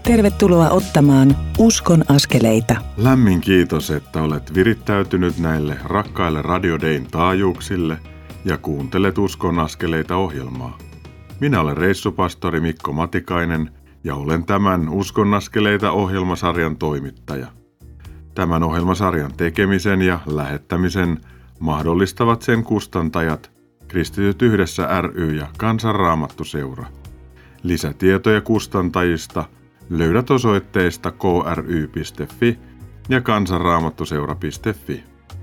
Tervetuloa ottamaan Uskon askeleita. Lämmin kiitos, että olet virittäytynyt näille rakkaille Radio Dayn taajuuksille ja kuuntelet Uskon askeleita -ohjelmaa. Minä olen reissupastori Mikko Matikainen ja olen tämän Uskon askeleita -ohjelmasarjan toimittaja. Tämän ohjelmasarjan tekemisen ja lähettämisen mahdollistavat sen kustantajat Kristityt yhdessä ry ja Kansanraamattuseura. Lisätietoja kustantajista löydät osoitteista kry.fi ja kansanraamattuseura.fi.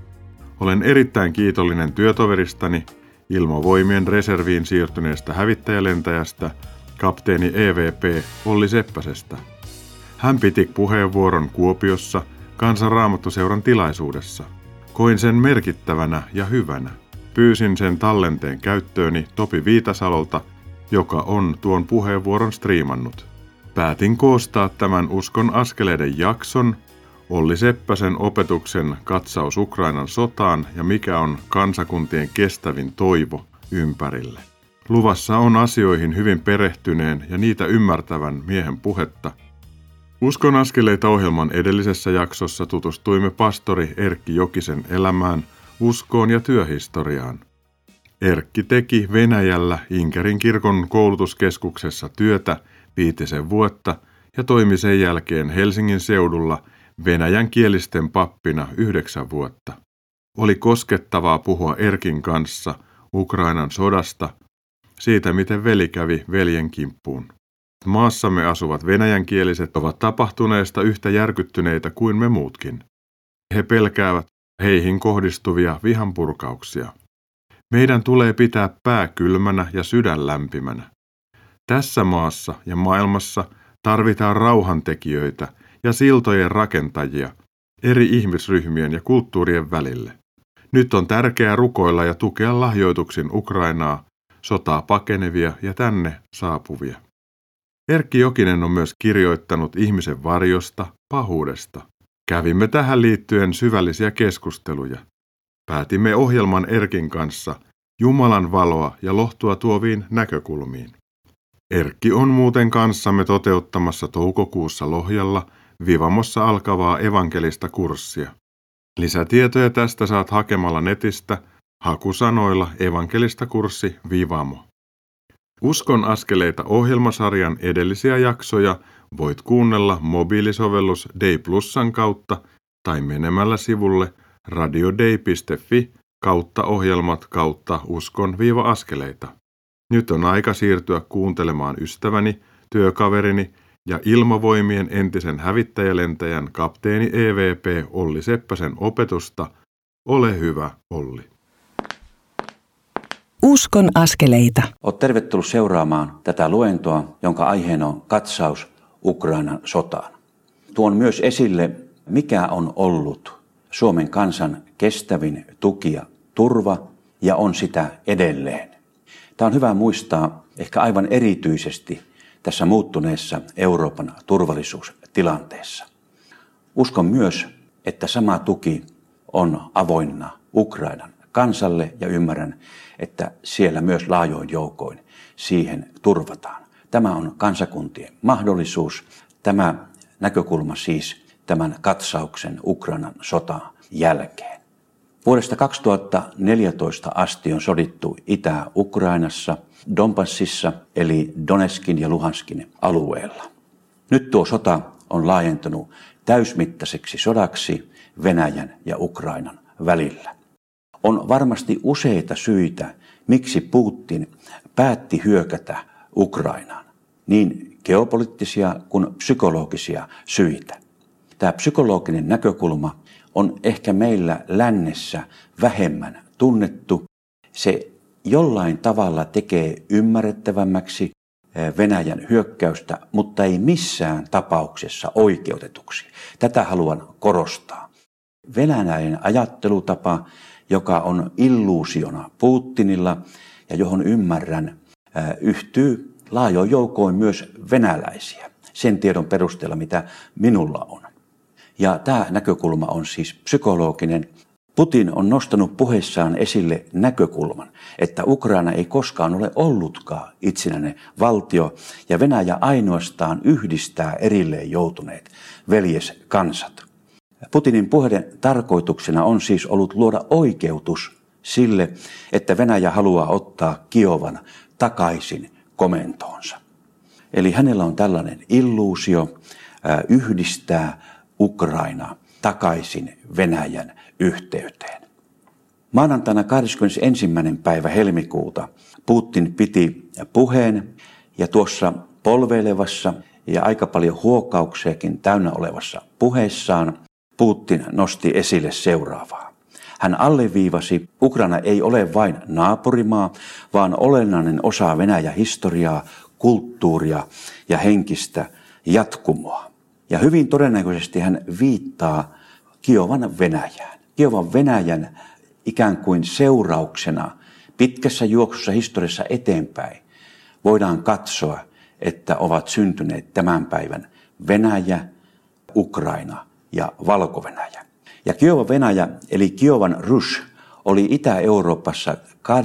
Olen erittäin kiitollinen työtoveristani, Ilmavoimien reserviin siirtyneestä hävittäjälentäjästä, kapteeni EVP Olli Seppäsestä. Hän piti puheenvuoron Kuopiossa Kansanraamattuseuran tilaisuudessa. Koin sen merkittävänä ja hyvänä. Pyysin sen tallenteen käyttööni Topi Viitasalolta, joka on tuon puheenvuoron striimannut. Päätin koostaa tämän Uskon askeleiden jakson Olli Seppäsen opetuksen katsaus Ukrainan sotaan ja mikä on kansakuntien kestävin toivo ympärille. Luvassa on asioihin hyvin perehtyneen ja niitä ymmärtävän miehen puhetta. Uskon askeleita -ohjelman edellisessä jaksossa tutustuimme pastori Erkki Jokisen elämään, uskoon ja työhistoriaan. Erkki teki Venäjällä Inkerin kirkon koulutuskeskuksessa työtä 5 vuotta ja toimi sen jälkeen Helsingin seudulla venäjänkielisten pappina 9 vuotta. Oli koskettavaa puhua Erkin kanssa Ukrainan sodasta, siitä miten veli kävi veljen kimppuun. Maassamme asuvat venäjänkieliset ovat tapahtuneesta yhtä järkyttyneitä kuin me muutkin. He pelkäävät heihin kohdistuvia vihanpurkauksia. Meidän tulee pitää pää kylmänä ja sydän lämpimänä. Tässä maassa ja maailmassa tarvitaan rauhantekijöitä ja siltojen rakentajia eri ihmisryhmien ja kulttuurien välille. Nyt on tärkeää rukoilla ja tukea lahjoituksin Ukrainaa, sotaa pakenevia ja tänne saapuvia. Erkki Jokinen on myös kirjoittanut ihmisen varjosta, pahuudesta. Kävimme tähän liittyen syvällisiä keskusteluja. Päätimme ohjelman Erkin kanssa Jumalan valoa ja lohtua tuoviin näkökulmiin. Erkki on muuten kanssamme toteuttamassa toukokuussa Lohjalla Vivamossa alkavaa evankelista kurssia. Lisätietoja tästä saat hakemalla netistä hakusanoilla evankelista kurssi Vivamo. Uskon askeleita -ohjelmasarjan edellisiä jaksoja voit kuunnella mobiilisovellus Day Plusan kautta tai menemällä sivulle radiodei.fi/ohjelmat/uskon-askeleita. Nyt on aika siirtyä kuuntelemaan ystäväni, työkaverini ja Ilmavoimien entisen hävittäjälentäjän kapteeni EVP Olli Seppäsen opetusta. Ole hyvä, Olli. Uskon askeleita. Olet tervetullut seuraamaan tätä luentoa, jonka aiheena on katsaus Ukrainan sotaan. Tuon myös esille, mikä on ollut Suomen kansan kestävin tuki ja turva ja on sitä edelleen. Tämä on hyvä muistaa ehkä aivan erityisesti tässä muuttuneessa Euroopan turvallisuustilanteessa. Uskon myös, että sama tuki on avoinna Ukrainan kansalle ja ymmärrän, että siellä myös laajoin joukoin siihen turvataan. Tämä on kansakuntien mahdollisuus. Tämä näkökulma siis tämän katsauksen Ukrainan sotaan jälkeen. Vuodesta 2014 asti on sodittu Itä-Ukrainassa, Donbassissa eli Donetskin ja Luhanskin alueella. Nyt tuo sota on laajentunut täysmittaiseksi sodaksi Venäjän ja Ukrainan välillä. On varmasti useita syitä, miksi Putin päätti hyökätä Ukrainaan, niin geopoliittisia kuin psykologisia syitä. Tämä psykologinen näkökulma on ehkä meillä lännessä vähemmän tunnettu. Se jollain tavalla tekee ymmärrettävämmäksi Venäjän hyökkäystä, mutta ei missään tapauksessa oikeutetuksi. Tätä haluan korostaa. Venäläinen ajattelutapa, joka on illuusiona Putinilla ja johon ymmärrän, yhtyy laajoin joukoin myös venäläisiä sen tiedon perusteella, mitä minulla on. Ja tämä näkökulma on siis psykologinen. Putin on nostanut puheessaan esille näkökulman, että Ukraina ei koskaan ole ollutkaan itsenäinen valtio ja Venäjä ainoastaan yhdistää erilleen joutuneet veljeskansat. Putinin puheiden tarkoituksena on siis ollut luoda oikeutus sille, että Venäjä haluaa ottaa Kiovan takaisin komentoonsa. Eli hänellä on tällainen illuusio yhdistää Ukraina takaisin Venäjän yhteyteen. Maanantaina 21. päivä helmikuuta Putin piti puheen ja tuossa polveilevassa ja aika paljon huokauksiakin täynnä olevassa puheessaan Putin nosti esille seuraavaa. Hän alleviivasi, Ukraina ei ole vain naapurimaa, vaan olennainen osa Venäjän historiaa, kulttuuria ja henkistä jatkumoa. Ja hyvin todennäköisesti hän viittaa Kiovan Venäjään. Kiovan Venäjän ikään kuin seurauksena pitkässä juoksussa historiassa eteenpäin voidaan katsoa, että ovat syntyneet tämän päivän Venäjä, Ukraina ja Valko-Venäjä. Ja Kiovan Venäjä eli Kiovan Ruсь oli Itä-Euroopassa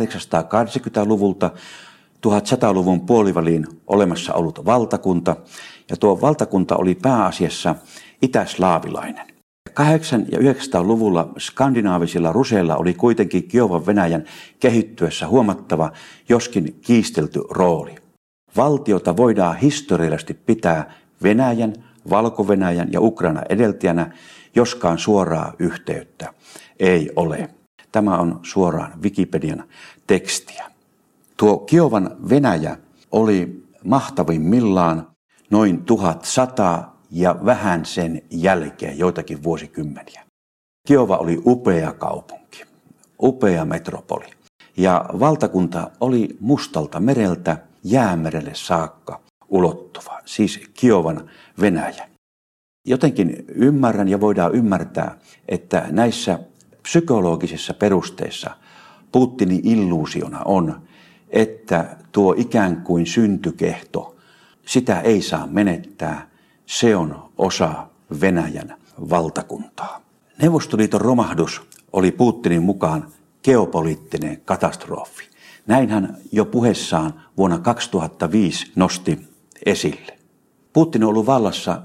880-luvulta 1100-luvun puoliväliin olemassa ollut valtakunta, ja tuo valtakunta oli pääasiassa itäslaavilainen. 800- ja 900-luvulla skandinaavisilla ruseilla oli kuitenkin Kiovan Venäjän kehittyessä huomattava, joskin kiistelty rooli. Valtiota voidaan historiallisesti pitää Venäjän, Valko-Venäjän ja Ukraina edeltäjänä, joskaan suoraa yhteyttä ei ole. Tämä on suoraan Wikipedian tekstiä. Tuo Kiovan Venäjä oli mahtavimmillaan noin 1100 ja vähän sen jälkeen joitakin vuosikymmeniä. Kiova oli upea kaupunki, upea metropoli ja valtakunta oli Mustalta mereltä Jäämerelle saakka ulottuva, siis Kiovan Venäjä. Jotenkin ymmärrän ja voidaan ymmärtää, että näissä psykologisissa perusteissa Putinin illuusiona on, että tuo ikään kuin syntykehto, sitä ei saa menettää, se on osa Venäjän valtakuntaa. Neuvostoliiton romahdus oli Putinin mukaan geopoliittinen katastrofi. Näin hän jo puheessaan vuonna 2005 nosti esille. Putin on ollut vallassa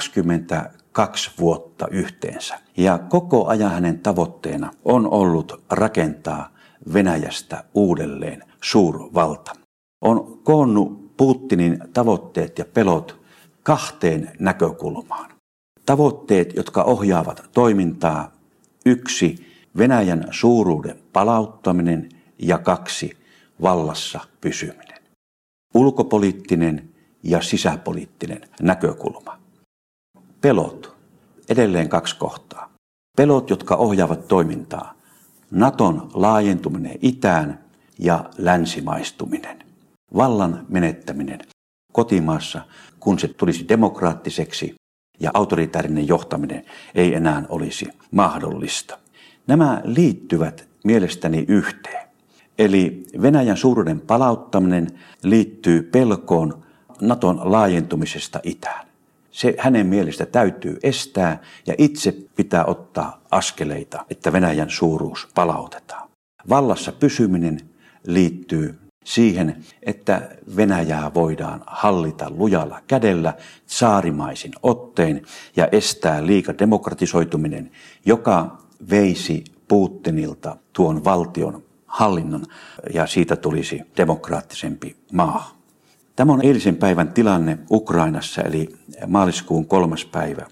22 vuotta yhteensä ja koko ajan hänen tavoitteena on ollut rakentaa Venäjästä uudelleen suurvalta. On koonnut Putinin tavoitteet ja pelot kahteen näkökulmaan. Tavoitteet, jotka ohjaavat toimintaa, 1. Venäjän suuruuden palauttaminen ja 2. vallassa pysyminen. Ulkopoliittinen ja sisäpoliittinen näkökulma. Pelot. Edelleen 2 kohtaa. Pelot, jotka ohjaavat toimintaa. Naton laajentuminen itään ja länsimaistuminen. Vallan menettäminen kotimaassa, kun se tulisi demokraattiseksi ja autoritäärinen johtaminen ei enää olisi mahdollista. Nämä liittyvät mielestäni yhteen. Eli Venäjän suuruuden palauttaminen liittyy pelkoon Naton laajentumisesta itään. Se hänen mielestä täytyy estää ja itse pitää ottaa askeleita, että Venäjän suuruus palautetaan. Vallassa pysyminen liittyy siihen, että Venäjää voidaan hallita lujalla kädellä, tsaarimaisin ottein ja estää liika demokratisoituminen, joka veisi Putinilta tuon valtion hallinnon ja siitä tulisi demokraattisempi maa. Tämä on eilisen päivän tilanne Ukrainassa eli maaliskuun 3. päivä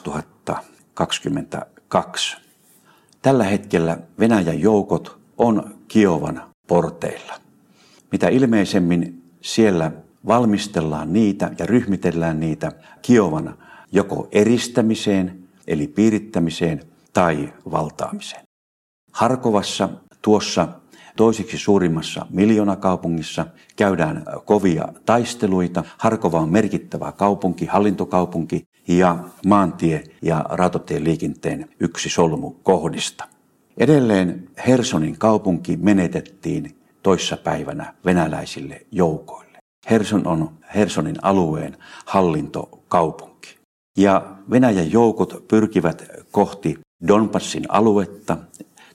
2022. Tällä hetkellä Venäjän joukot on Kiovan porteilla. Mitä ilmeisemmin siellä valmistellaan niitä ja ryhmitellään niitä Kiovan joko eristämiseen eli piirittämiseen tai valtaamiseen. Harkovassa, tuossa toiseksi suurimmassa miljoonakaupungissa, käydään kovia taisteluita. Harkova on merkittävä kaupunki, hallintokaupunki ja maantie- ja rautatieliikenteen yksi solmukohdista. Edelleen Hersonin kaupunki menetettiin toissapäivänä venäläisille joukoille. Herson on Hersonin alueen hallintokaupunki. Ja Venäjän joukot pyrkivät kohti Donbassin aluetta,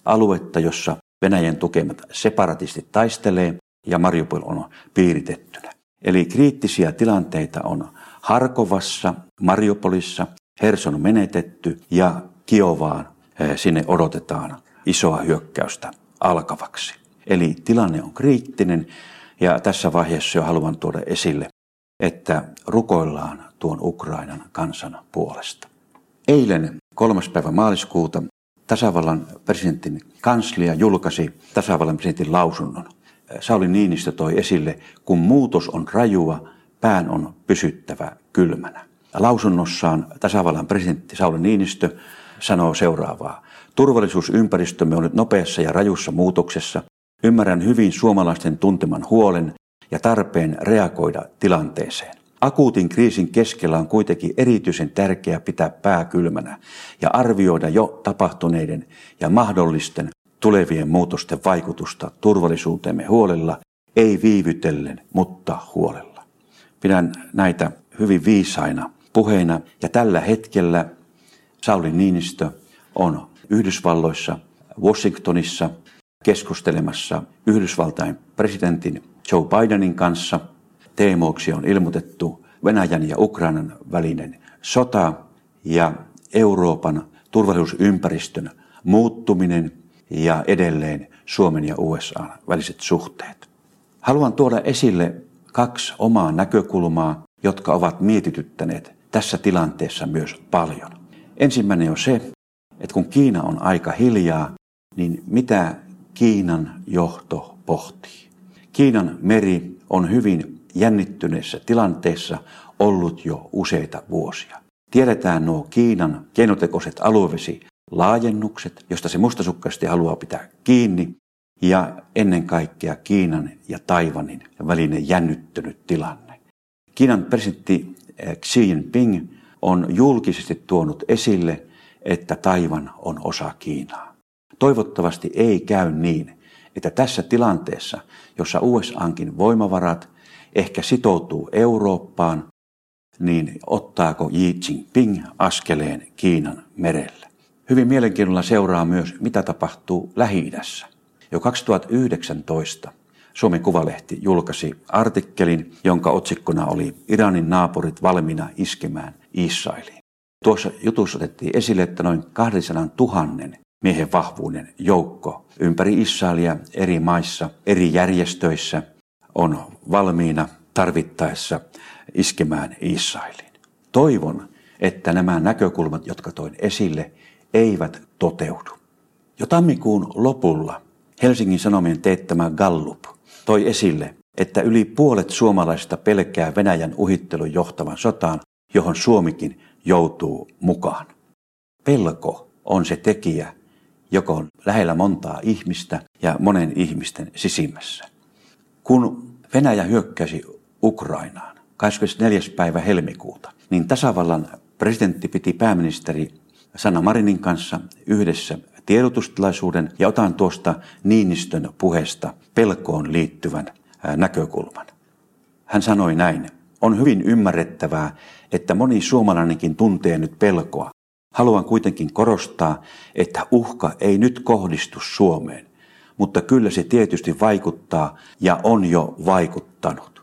aluetta, jossa Venäjän tukemat separatistit taistelee ja Mariupol on piiritettynä. Eli kriittisiä tilanteita on Harkovassa, Mariupolissa, Herson menetetty ja Kiovaan sinne odotetaan isoa hyökkäystä alkavaksi. Eli tilanne on kriittinen ja tässä vaiheessa jo haluan tuoda esille, että rukoillaan tuon Ukrainan kansan puolesta. Eilen 3. päivä maaliskuuta tasavallan presidentin kanslia julkaisi tasavallan presidentin lausunnon. Sauli Niinistö toi esille, kun muutos on rajua, pään on pysyttävä kylmänä. Lausunnossaan tasavallan presidentti Sauli Niinistö sanoo seuraavaa. Turvallisuusympäristömme on nyt nopeassa ja rajussa muutoksessa. Ymmärrän hyvin suomalaisten tunteman huolen ja tarpeen reagoida tilanteeseen. Akuutin kriisin keskellä on kuitenkin erityisen tärkeää pitää pää kylmänä ja arvioida jo tapahtuneiden ja mahdollisten tulevien muutosten vaikutusta turvallisuuteemme huolella, ei viivytellen, mutta huolella. Pidän näitä hyvin viisaina puheina ja tällä hetkellä Sauli Niinistö on Yhdysvalloissa, Washingtonissa keskustelemassa Yhdysvaltain presidentin Joe Bidenin kanssa. Teemoiksi on ilmoitettu Venäjän ja Ukrainan välinen sota ja Euroopan turvallisuusympäristön muuttuminen ja edelleen Suomen ja USA:n väliset suhteet. Haluan tuoda esille 2 omaa näkökulmaa, jotka ovat mietityttäneet tässä tilanteessa myös paljon. Ensimmäinen on se, että kun Kiina on aika hiljaa, niin mitä Kiinan johto pohtii? Kiinan meri on hyvin jännittyneessä tilanteessa ollut jo useita vuosia. Tiedetään nuo Kiinan keinotekoiset aluevesilaajennukset, josta se mustasukkaisesti haluaa pitää kiinni, ja ennen kaikkea Kiinan ja Taiwanin välinen jännittynyt tilanne. Kiinan presidentti Xi Jinping on julkisesti tuonut esille, että Taiwan on osa Kiinaa. Toivottavasti ei käy niin, että tässä tilanteessa, jossa USA:nkin voimavarat ehkä sitoutuu Eurooppaan, niin ottaako Xi Jinping askeleen Kiinan merelle. Hyvin mielenkiinnolla seuraa myös, mitä tapahtuu Lähi-idässä. Jo 2019 Suomen Kuvalehti julkaisi artikkelin, jonka otsikkona oli Iranin naapurit valmiina iskemään Israeliin. Tuossa jutussa otettiin esille, että noin 200 000 miehen vahvuuden joukko ympäri Israelia eri maissa, eri järjestöissä on valmiina tarvittaessa iskemään Israeliin. Toivon, että nämä näkökulmat, jotka toin esille, eivät toteudu. Jo tammikuun lopulla Helsingin Sanomien teettämä Gallup toi esille, että yli puolet suomalaisista pelkää Venäjän uhittelun johtavan sotaan, johon Suomikin joutuu mukaan. Pelko on se tekijä, joka on lähellä montaa ihmistä ja monen ihmisten sisimmässä. Kun Venäjä hyökkäsi Ukrainaan 24. päivä helmikuuta, niin tasavallan presidentti piti pääministeri Sanna Marinin kanssa yhdessä tiedotustilaisuuden ja otan tuosta Niinistön puheesta pelkoon liittyvän näkökulman. Hän sanoi näin, on hyvin ymmärrettävää, että moni suomalainenkin tuntee nyt pelkoa. Haluan kuitenkin korostaa, että uhka ei nyt kohdistu Suomeen, mutta kyllä se tietysti vaikuttaa ja on jo vaikuttanut.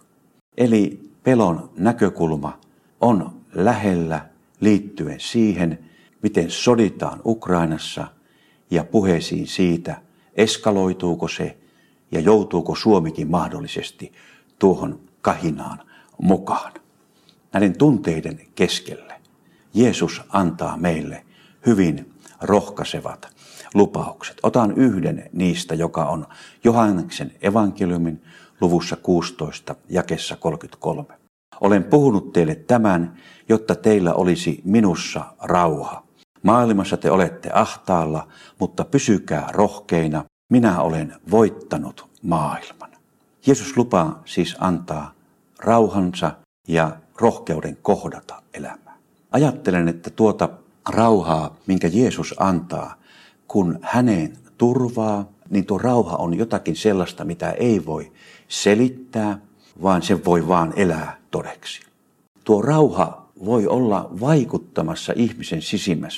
Eli pelon näkökulma on lähellä liittyen siihen, miten soditaan Ukrainassa ja puheisiin siitä, eskaloituuko se ja joutuuko Suomikin mahdollisesti tuohon kahinaan mukaan. Näiden tunteiden keskelle Jeesus antaa meille hyvin rohkaisevat lupaukset. Otan yhden niistä, joka on Johanneksen evankeliumin luvussa 16, jakeessa 33. Olen puhunut teille tämän, jotta teillä olisi minussa rauha. Maailmassa te olette ahtaalla, mutta pysykää rohkeina. Minä olen voittanut maailman. Jeesus lupaa siis antaa rauhansa ja rohkeuden kohdata elämää. Ajattelen, että tuota rauhaa, minkä Jeesus antaa, kun häneen turvaa, niin tuo rauha on jotakin sellaista, mitä ei voi selittää, vaan se voi vaan elää todeksi. Tuo rauha voi olla vaikuttamassa ihmisen sisimmässä,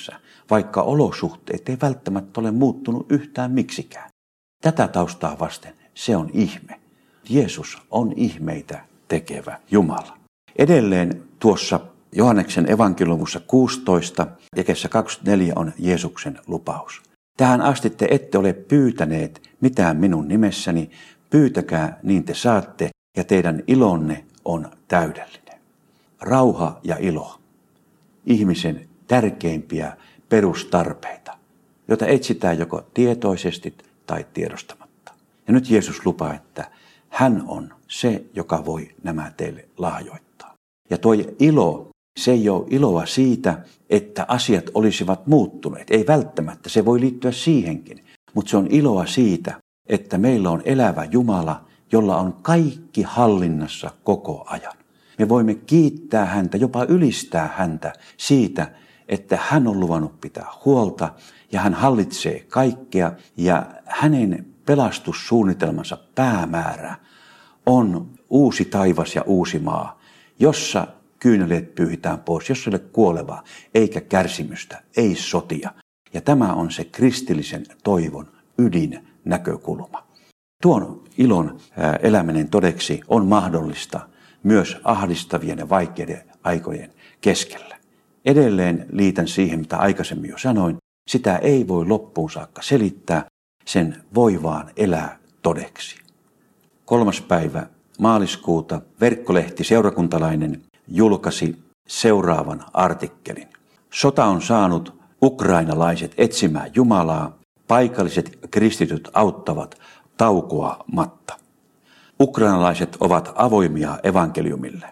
vaikka olosuhteet ei välttämättä ole muuttunut yhtään miksikään. Tätä taustaa vasten se on ihme. Jeesus on ihmeitä tekevä Jumala. Edelleen tuossa Johanneksen evankeliumissa 16 jakeessa 24 on Jeesuksen lupaus. Tähän asti te ette ole pyytäneet mitään minun nimessäni, pyytäkää niin te saatte ja teidän ilonne on täydellinen. Rauha ja ilo, ihmisen tärkeimpiä perustarpeita, joita etsitään joko tietoisesti tai tiedostamatta. Ja nyt Jeesus lupaa, että hän on se, joka voi nämä teille lahjoittaa. Ja tuo ilo, se ei ole iloa siitä, että asiat olisivat muuttuneet. Ei välttämättä, se voi liittyä siihenkin. Mutta se on iloa siitä, että meillä on elävä Jumala, jolla on kaikki hallinnassa koko ajan. Me voimme kiittää häntä, jopa ylistää häntä siitä, että hän on luvannut pitää huolta ja hän hallitsee kaikkea ja hänen pelastussuunnitelmansa päämäärä on uusi taivas ja uusi maa, jossa kyyneleet pyyhitään pois, jossa ei ole kuolevaa, eikä kärsimystä, ei sotia. Ja tämä on se kristillisen toivon ydin-näkökulma. Tuon ilon eläminen todeksi on mahdollista myös ahdistavien ja vaikeiden aikojen keskellä. Edelleen liitän siihen, mitä aikaisemmin jo sanoin, sitä ei voi loppuun saakka selittää, sen voi vaan elää todeksi. 3. päivä maaliskuuta verkkolehti Seurakuntalainen julkaisi seuraavan artikkelin. Sota on saanut ukrainalaiset etsimään Jumalaa, paikalliset kristityt auttavat taukoamatta. Ukrainalaiset ovat avoimia evankeliumille.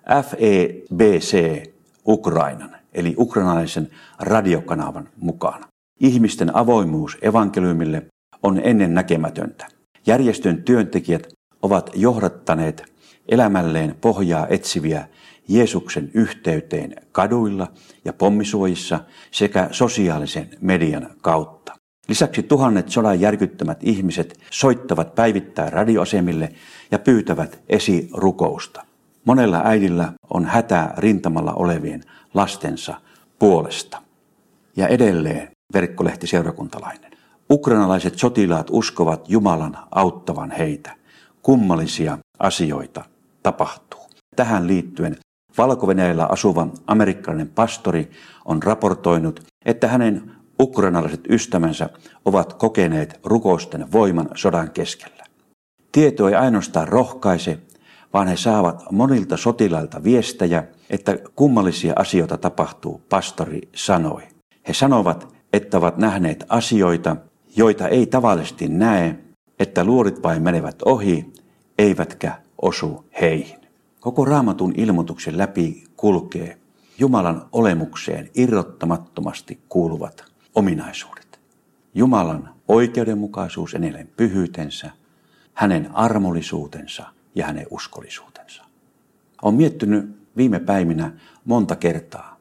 FEBC Ukrainan, eli ukrainalaisen radiokanavan mukana. Ihmisten avoimuus evankeliumille on ennennäkemätöntä. Järjestön työntekijät ovat johdattaneet elämälleen pohjaa etsiviä Jeesuksen yhteyteen kaduilla ja pommisuojissa sekä sosiaalisen median kautta. Lisäksi tuhannet sodan järkyttämät ihmiset soittavat päivittäin radioasemille ja pyytävät esirukousta. Monella äidillä on hätää rintamalla olevien lastensa puolesta. Ja edelleen verkkolehti Seurakuntalainen. Ukrainalaiset sotilaat uskovat Jumalan auttavan heitä. Kummallisia asioita tapahtuu. Tähän liittyen Valko-Venäjällä asuva amerikkalainen pastori on raportoinut, että hänen ukrainalaiset ystävänsä ovat kokeneet rukousten voiman sodan keskellä. Tieto ei ainoastaan rohkaise, vaan he saavat monilta sotilailta viestejä, että kummallisia asioita tapahtuu, pastori sanoi. He sanovat, että ovat nähneet asioita, joita ei tavallisesti näe, että luodit vain menevät ohi, eivätkä osu heihin. Koko Raamatun ilmoituksen läpi kulkee Jumalan olemukseen irrottamattomasti kuuluvat ominaisuudet. Jumalan oikeudenmukaisuus, hänen pyhyytensä, hänen armollisuutensa ja hänen uskollisuutensa. Olen miettinyt viime päivinä monta kertaa,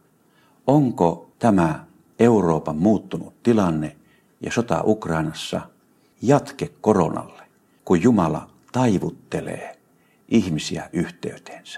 onko tämä Euroopan muuttunut tilanne ja sota Ukrainassa jatke koronalle, kun Jumala taivuttelee ihmisiä yhteyteensä.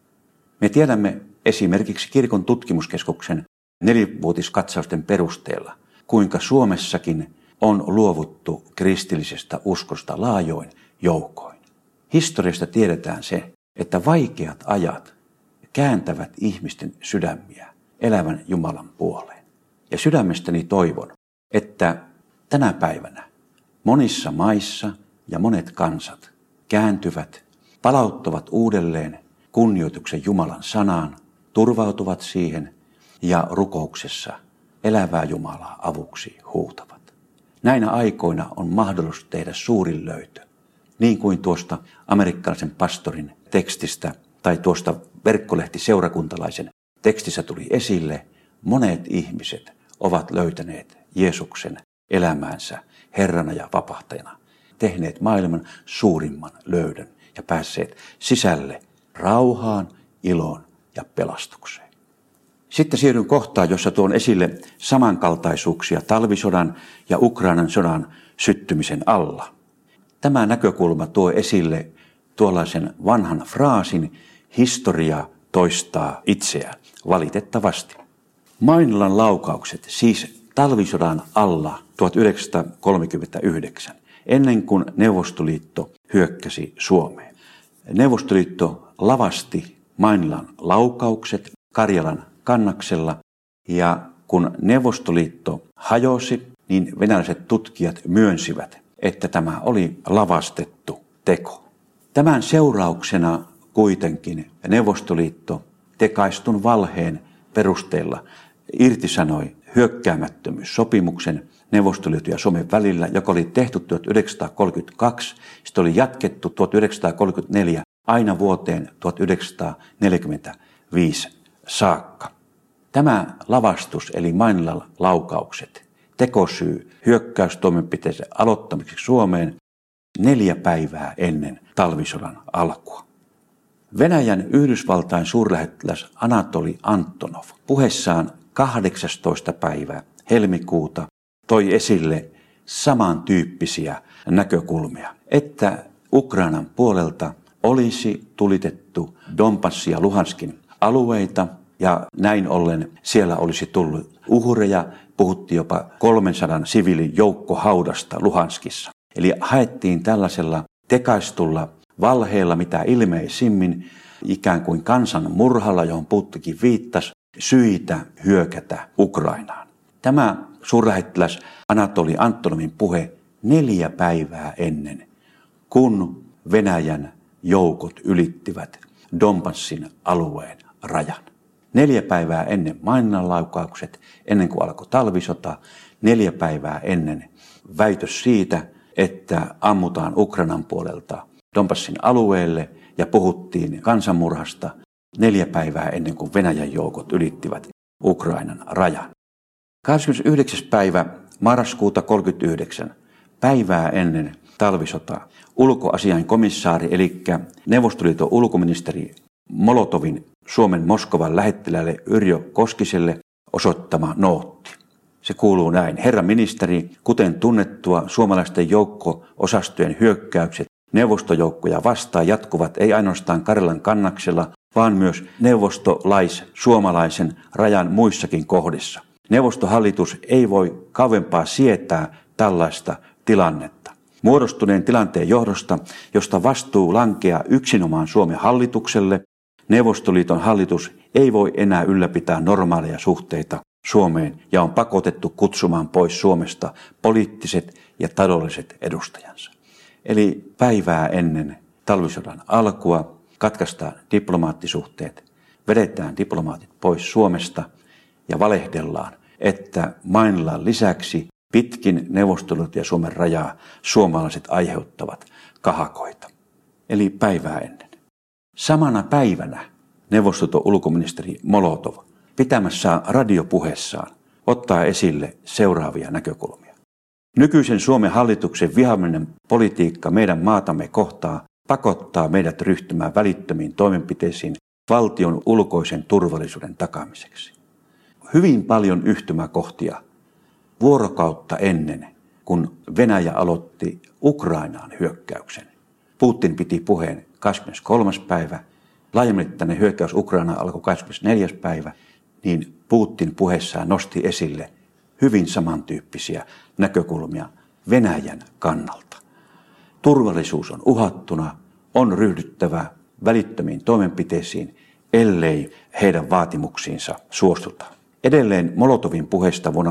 Me tiedämme esimerkiksi Kirkon tutkimuskeskuksen 4-vuotiskatsausten perusteella, kuinka Suomessakin on luovuttu kristillisestä uskosta laajoin joukoin. Historiasta tiedetään se, että vaikeat ajat kääntävät ihmisten sydämiä elävän Jumalan puoleen. Ja sydämestäni toivon, että tänä päivänä monissa maissa ja monet kansat kääntyvät, palauttavat uudelleen kunnioituksen Jumalan sanaan, turvautuvat siihen ja rukouksessa elävää Jumalaa avuksi huutavat. Näinä aikoina on mahdollisuus tehdä suurin löytö, niin kuin tuosta amerikkalaisen pastorin tekstistä tai tuosta verkkolehti Seurakuntalaisen tekstissä tuli esille. Monet ihmiset ovat löytäneet Jeesuksen elämäänsä Herrana ja vapahtajana, tehneet maailman suurimman löydön ja päässeet sisälle rauhaan, iloon ja pelastukseen. Sitten siirryn kohtaan, jossa tuon esille samankaltaisuuksia talvisodan ja Ukrainan sodan syttymisen alla. Tämä näkökulma tuo esille tuollaisen vanhan fraasin, historia toistaa itseään, valitettavasti. Mainilan laukaukset, siis talvisodan alla 1939, ennen kuin Neuvostoliitto hyökkäsi Suomeen. Neuvostoliitto lavasti Mainilan laukaukset Karjalan kannaksella, ja kun Neuvostoliitto hajosi, niin venäläiset tutkijat myönsivät, että tämä oli lavastettu teko. Tämän seurauksena kuitenkin Neuvostoliitto tekaistun valheen perusteella irtisanoi hyökkäämättömyyssopimuksen Neuvostoliiton ja Suomen välillä, joka oli tehty 1932, sitten oli jatkettu 1934 aina vuoteen 1945 saakka. Tämä lavastus eli Mainilan laukaukset, tekosyy hyökkäystoimenpiteiden aloittamiseksi Suomeen 4 päivää ennen talvisodan alkua. Venäjän Yhdysvaltain suurlähettiläs Anatoli Antonov puheessaan 18. päivää helmikuuta toi esille samantyyppisiä näkökulmia, että Ukrainan puolelta olisi tulitettu Donbassin ja Luhanskin alueita ja näin ollen siellä olisi tullut uhreja, puhuttiin jopa 300 siviilin joukkohaudasta Luhanskissa. Eli haettiin tällaisella tekaistulla valheella mitä ilmeisimmin ikään kuin kansanmurhalla, johon Putinkin viittasi, syitä hyökätä Ukrainaan. Tämä suurlähettiläs Anatoli Antonovin puhe 4 päivää ennen, kun Venäjän joukot ylittivät Donbassin alueen rajan. 4 päivää ennen Mainilan laukaukset, ennen kuin alkoi talvisota, 4 päivää ennen väitös siitä, että ammutaan Ukrainan puolelta Donbassin alueelle ja puhuttiin kansanmurhasta 4 päivää ennen kuin Venäjän joukot ylittivät Ukrainan rajan. 29. päivä marraskuuta 1939, päivää ennen talvisotaa, ulkoasiain komissaari eli Neuvostoliiton ulkoministeri Molotovin Suomen Moskovan lähettiläälle Yrjö Koskiselle osoittama nootti. Se kuuluu näin: herra ministeri, kuten tunnettua, suomalaisten joukko-osastojen hyökkäykset neuvostojoukkoja vastaan jatkuvat ei ainoastaan Karjalan kannaksella, vaan myös neuvostolais-suomalaisen rajan muissakin kohdissa. Neuvostohallitus ei voi kauempaa sietää tällaista tilannetta. Muodostuneen tilanteen johdosta, josta vastuu lankeaa yksinomaan Suomen hallitukselle, Neuvostoliiton hallitus ei voi enää ylläpitää normaaleja suhteita Suomeen ja on pakotettu kutsumaan pois Suomesta poliittiset ja taloudelliset edustajansa. Eli päivää ennen talvisodan alkua katkaistaan diplomaattisuhteet, vedetään diplomaatit pois Suomesta ja valehdellaan, että Mainilan lisäksi pitkin Neuvostoliiton ja Suomen rajaa suomalaiset aiheuttavat kahakoita. Eli päivää ennen. Samana päivänä Neuvostoliiton ulkoministeri Molotov pitämässään radiopuheessaan ottaa esille seuraavia näkökulmia. Nykyisen Suomen hallituksen vihaaminen politiikka meidän maatamme kohtaa pakottaa meidät ryhtymään välittömiin toimenpiteisiin valtion ulkoisen turvallisuuden takaamiseksi. Hyvin paljon yhtymäkohtia vuorokautta ennen, kun Venäjä aloitti Ukrainaan hyökkäyksen. Putin piti puheen 23. päivä, laajamittainen hyökkäys Ukrainaan alkoi 24. päivä, niin Putin puheessaan nosti esille hyvin samantyyppisiä näkökulmia Venäjän kannalta. Turvallisuus on uhattuna, on ryhdyttävä välittömiin toimenpiteisiin, ellei heidän vaatimuksiinsa suostuta. Edelleen Molotovin puheesta vuonna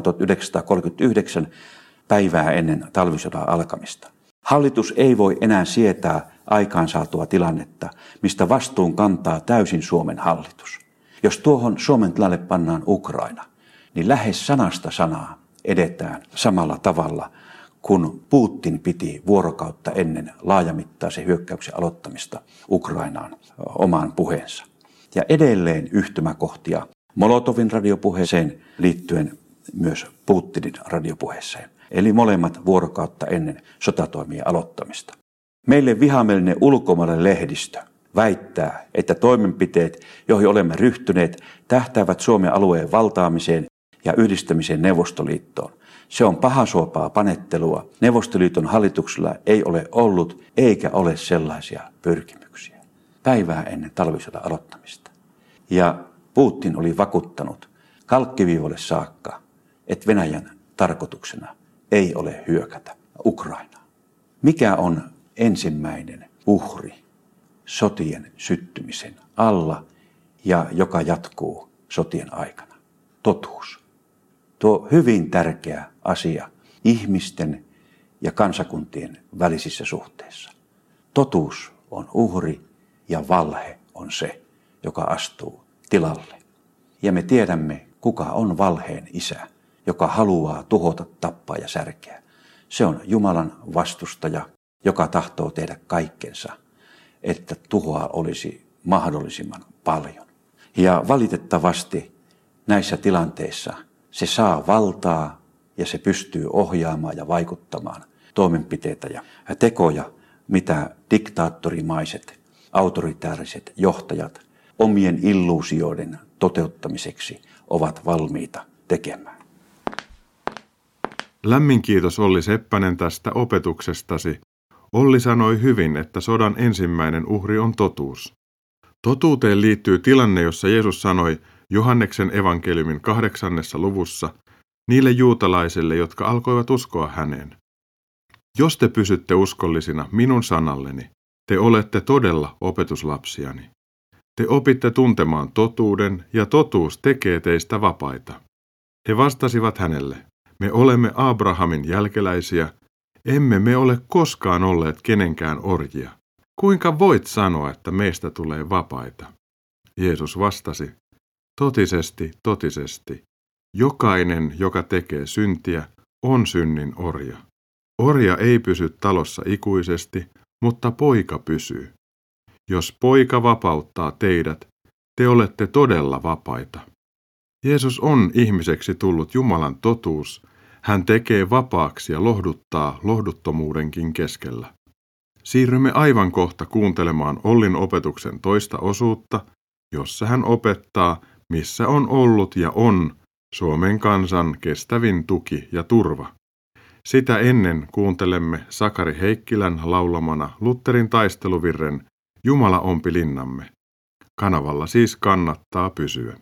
1939 päivää ennen talvisodan alkamista. Hallitus ei voi enää sietää aikaansaatua tilannetta, mistä vastuun kantaa täysin Suomen hallitus. Jos tuohon Suomen tilalle pannaan Ukraina, niin lähes sanasta sanaa edetään samalla tavalla, kun Putin piti vuorokautta ennen laajamittaisen hyökkäyksen aloittamista Ukrainaan omaan puheensa. Ja edelleen yhtymäkohtia Molotovin radiopuheeseen liittyen myös Putinin radiopuheeseen. Eli molemmat vuorokautta ennen sotatoimien aloittamista. Meille vihamielinen ulkomainen lehdistö väittää, että toimenpiteet, joihin olemme ryhtyneet, tähtäävät Suomen alueen valtaamiseen ja yhdistämiseen Neuvostoliittoon. Se on pahasuopaa panettelua. Neuvostoliiton hallituksella ei ole ollut eikä ole sellaisia pyrkimyksiä. Päivää ennen talvisodan aloittamista. Ja Putin oli vakuuttanut kalkkiviivoille saakka, että Venäjän tarkoituksena ei ole hyökätä Ukrainaan. Mikä on ensimmäinen uhri sotien syttymisen alla ja joka jatkuu sotien aikana? Totuus. Tuo hyvin tärkeä asia ihmisten ja kansakuntien välisissä suhteissa. Totuus on uhri ja valhe on se, joka astuu tilalle. Ja me tiedämme, kuka on valheen isä, joka haluaa tuhota, tappaa ja särkeä. Se on Jumalan vastustaja, joka tahtoo tehdä kaikkensa, että tuhoa olisi mahdollisimman paljon. Ja valitettavasti näissä tilanteissa se saa valtaa ja se pystyy ohjaamaan ja vaikuttamaan toimenpiteitä ja tekoja, mitä diktaattorimaiset, autoritääriset johtajat omien illuusioiden toteuttamiseksi ovat valmiita tekemään. Lämmin kiitos Olli Seppänen tästä opetuksestasi. Olli sanoi hyvin, että sodan ensimmäinen uhri on totuus. Totuuteen liittyy tilanne, jossa Jeesus sanoi Johanneksen evankeliumin 8. luvussa niille juutalaisille, jotka alkoivat uskoa häneen. Jos te pysytte uskollisina minun sanalleni, te olette todella opetuslapsiani. Te opitte tuntemaan totuuden ja totuus tekee teistä vapaita. He vastasivat hänelle, me olemme Abrahamin jälkeläisiä, emme me ole koskaan olleet kenenkään orjia. Kuinka voit sanoa, että meistä tulee vapaita? Jeesus vastasi, totisesti, totisesti, jokainen, joka tekee syntiä, on synnin orja. Orja ei pysy talossa ikuisesti, mutta poika pysyy. Jos poika vapauttaa teidät, te olette todella vapaita. Jeesus on ihmiseksi tullut Jumalan totuus. Hän tekee vapaaksi ja lohduttaa lohduttomuudenkin keskellä. Siirrymme aivan kohta kuuntelemaan Ollin opetuksen toista osuutta, jossa hän opettaa, missä on ollut ja on Suomen kansan kestävin tuki ja turva. Sitä ennen kuuntelemme Sakari Heikkilän laulamana Lutherin taisteluvirren Jumala ompi linnamme. Kanavalla siis kannattaa pysyä.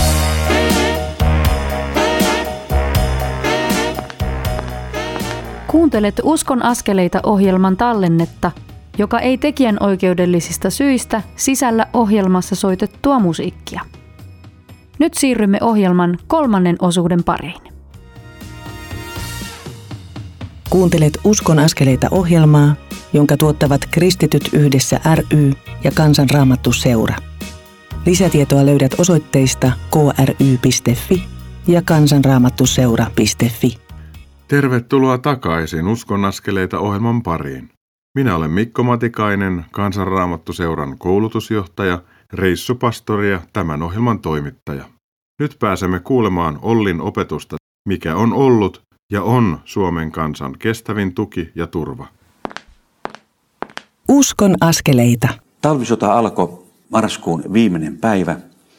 Kuuntelet Uskon askeleita -ohjelman tallennetta, joka ei tekijänoikeudellisista syistä sisällä ohjelmassa soitettua musiikkia. Nyt siirrymme ohjelman 3. osuuden pariin. Kuuntelet Uskon askeleita -ohjelmaa, jonka tuottavat Kristityt yhdessä ry ja Kansanraamattu Seura. Lisätietoa löydät osoitteista kry.fi ja kansanraamattuseura.fi. Tervetuloa takaisin Uskon askeleita -ohjelman pariin. Minä olen Mikko Matikainen, Kansanraamattuseuran koulutusjohtaja, reissupastori ja tämän ohjelman toimittaja. Nyt pääsemme kuulemaan Ollin opetusta, mikä on ollut ja on Suomen kansan kestävin tuki ja turva. Uskon askeleita. Talvisota alkoi marraskuun viimeinen päivä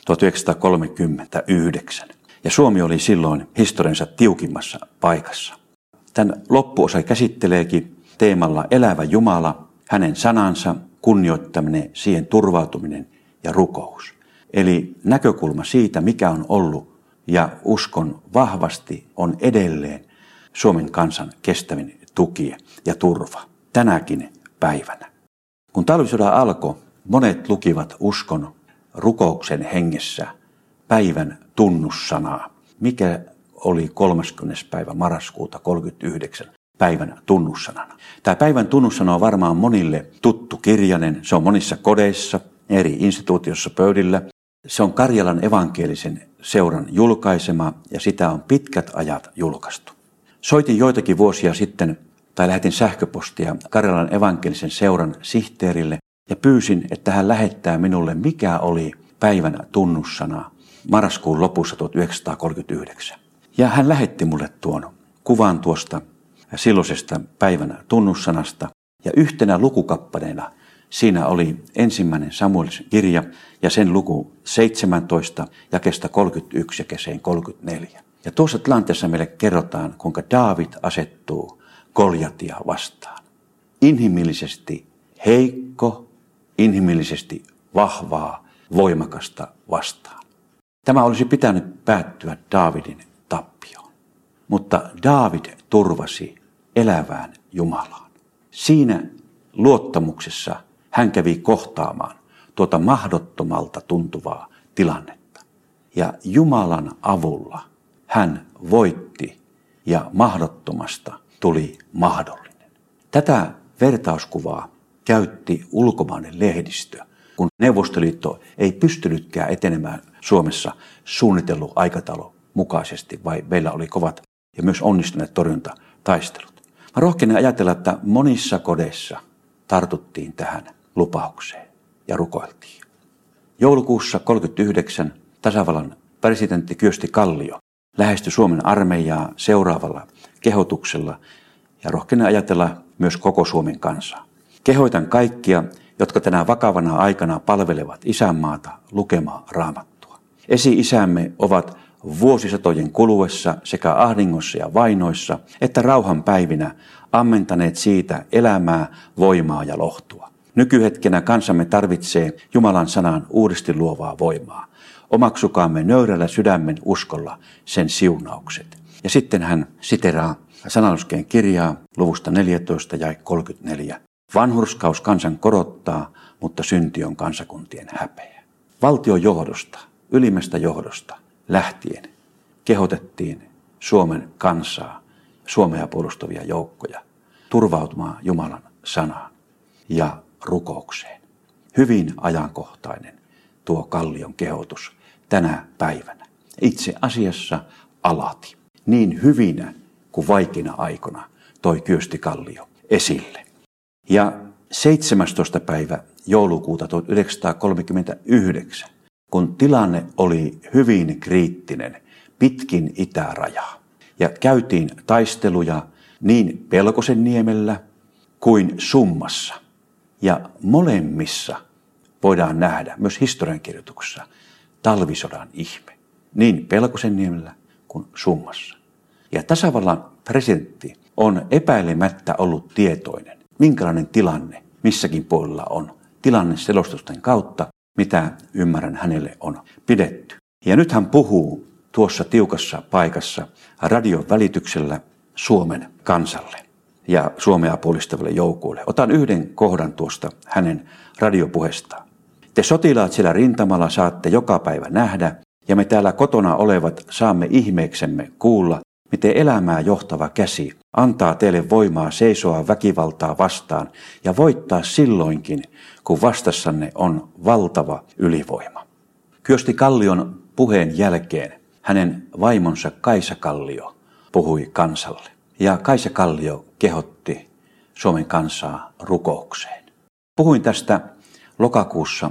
1939 ja Suomi oli silloin historiansa tiukimmassa paikassa. Tämän loppuosa käsitteleekin teemalla elävä Jumala, hänen sanansa, kunnioittaminen, siihen turvautuminen ja rukous. Eli näkökulma siitä, mikä on ollut ja uskon vahvasti on edelleen Suomen kansan kestävin tuki ja turva tänäkin päivänä. Kun talvisodan alkoi, monet lukivat uskon rukouksen hengessä päivän tunnussanaa, mikä oli 30. päivä marraskuuta 1939 päivän tunnussanana. Tämä päivän tunnussana on varmaan monille tuttu kirjanen. Se on monissa kodeissa, eri instituutiossa pöydillä. Se on Karjalan evankelisen seuran julkaisema ja sitä on pitkät ajat julkaistu. Soitin joitakin vuosia sitten tai lähetin sähköpostia Karjalan evankelisen seuran sihteerille ja pyysin, että hän lähettää minulle, mikä oli päivän tunnussana marraskuun lopussa 1939. Ja hän lähetti mulle tuon kuvan tuosta silloisesta päivän tunnussanasta ja yhtenä lukukappaleena siinä oli 1. Samuelin kirja ja sen luku 17, jakeesta 31 jakeseen 34. Ja tuossa tilanteessa meille kerrotaan, kuinka Daavid asettuu Goljatia vastaan. Inhimillisesti heikko, inhimillisesti vahvaa, voimakasta vastaan. Tämä olisi pitänyt päättyä Daavidin tappioon. mutta Daavid turvasi elävään Jumalaan. Siinä luottamuksessa hän kävi kohtaamaan tuota mahdottomalta tuntuvaa tilannetta. Ja Jumalan avulla hän voitti ja mahdottomasta tuli mahdollinen. Tätä vertauskuvaa käytti ulkomainen lehdistö, kun Neuvostoliitto ei pystynytkään etenemään Suomessa suunnitellut aikataulu mukaisesti, vai meillä oli kovat ja myös onnistuneet torjuntataistelut. Mä rohkenen ajatella, että monissa kodeissa tartuttiin tähän lupaukseen ja rukoiltiin. Joulukuussa 1939 tasavallan presidentti Kyösti Kallio lähestyi Suomen armeijaa seuraavalla kehotuksella ja rohkenen ajatella myös koko Suomen kansaa. Kehoitan kaikkia, jotka tänä vakavana aikana palvelevat isänmaata, lukemaan Raamattua. Esi-isämme ovat vuosisatojen kuluessa sekä ahdingossa ja vainoissa että rauhan päivinä ammentaneet siitä elämää, voimaa ja lohtua. Nykyhetkenä kansamme tarvitsee Jumalan sanan uudesti luovaa voimaa. Omaksukaamme nöyrällä sydämen uskolla sen siunaukset. Ja sitten hän siteraa Sanaluskeen kirjaa luvusta 14 ja 34. Vanhurskaus kansan korottaa, mutta synti on kansakuntien häpeä. Valtion johdosta, ylimmästä johdosta lähtien kehotettiin Suomen kansaa, Suomea puolustavia joukkoja turvautumaan Jumalan sanaan ja rukoukseen. Hyvin ajankohtainen tuo Kallion kehotus tänä päivänä. Itse asiassa alati. Niin hyvinä kuin vaikeina aikoina toi Kyösti Kallio esille. Ja 17. päivä joulukuuta 1939, kun tilanne oli hyvin kriittinen pitkin itärajaa ja käytiin taisteluja niin Pelkosenniemellä kuin Summassa. Ja molemmissa voidaan nähdä myös historiankirjoituksessa talvisodan ihme, niin Pelkosenniemellä kuin Summassa. Ja tasavallan presidentti on epäilemättä ollut tietoinen, minkälainen tilanne missäkin puolella on. Tilanne selostusten kautta, mitä ymmärrän hänelle on pidetty. Ja nyt hän puhuu tuossa tiukassa paikassa radion välityksellä Suomen kansalle ja Suomea puolistaville joukoille. Otan yhden kohdan tuosta hänen radiopuheestaan. Te sotilaat siellä rintamalla saatte joka päivä nähdä, ja me täällä kotona olevat saamme ihmeeksemme kuulla, miten elämää johtava käsi antaa teille voimaa seisoa väkivaltaa vastaan ja voittaa silloinkin, kun vastassanne on valtava ylivoima. Kyösti Kallion puheen jälkeen hänen vaimonsa Kaisa Kallio puhui kansalle. Ja Kaisa Kallio kehotti Suomen kansaa rukoukseen. Puhuin tästä lokakuussa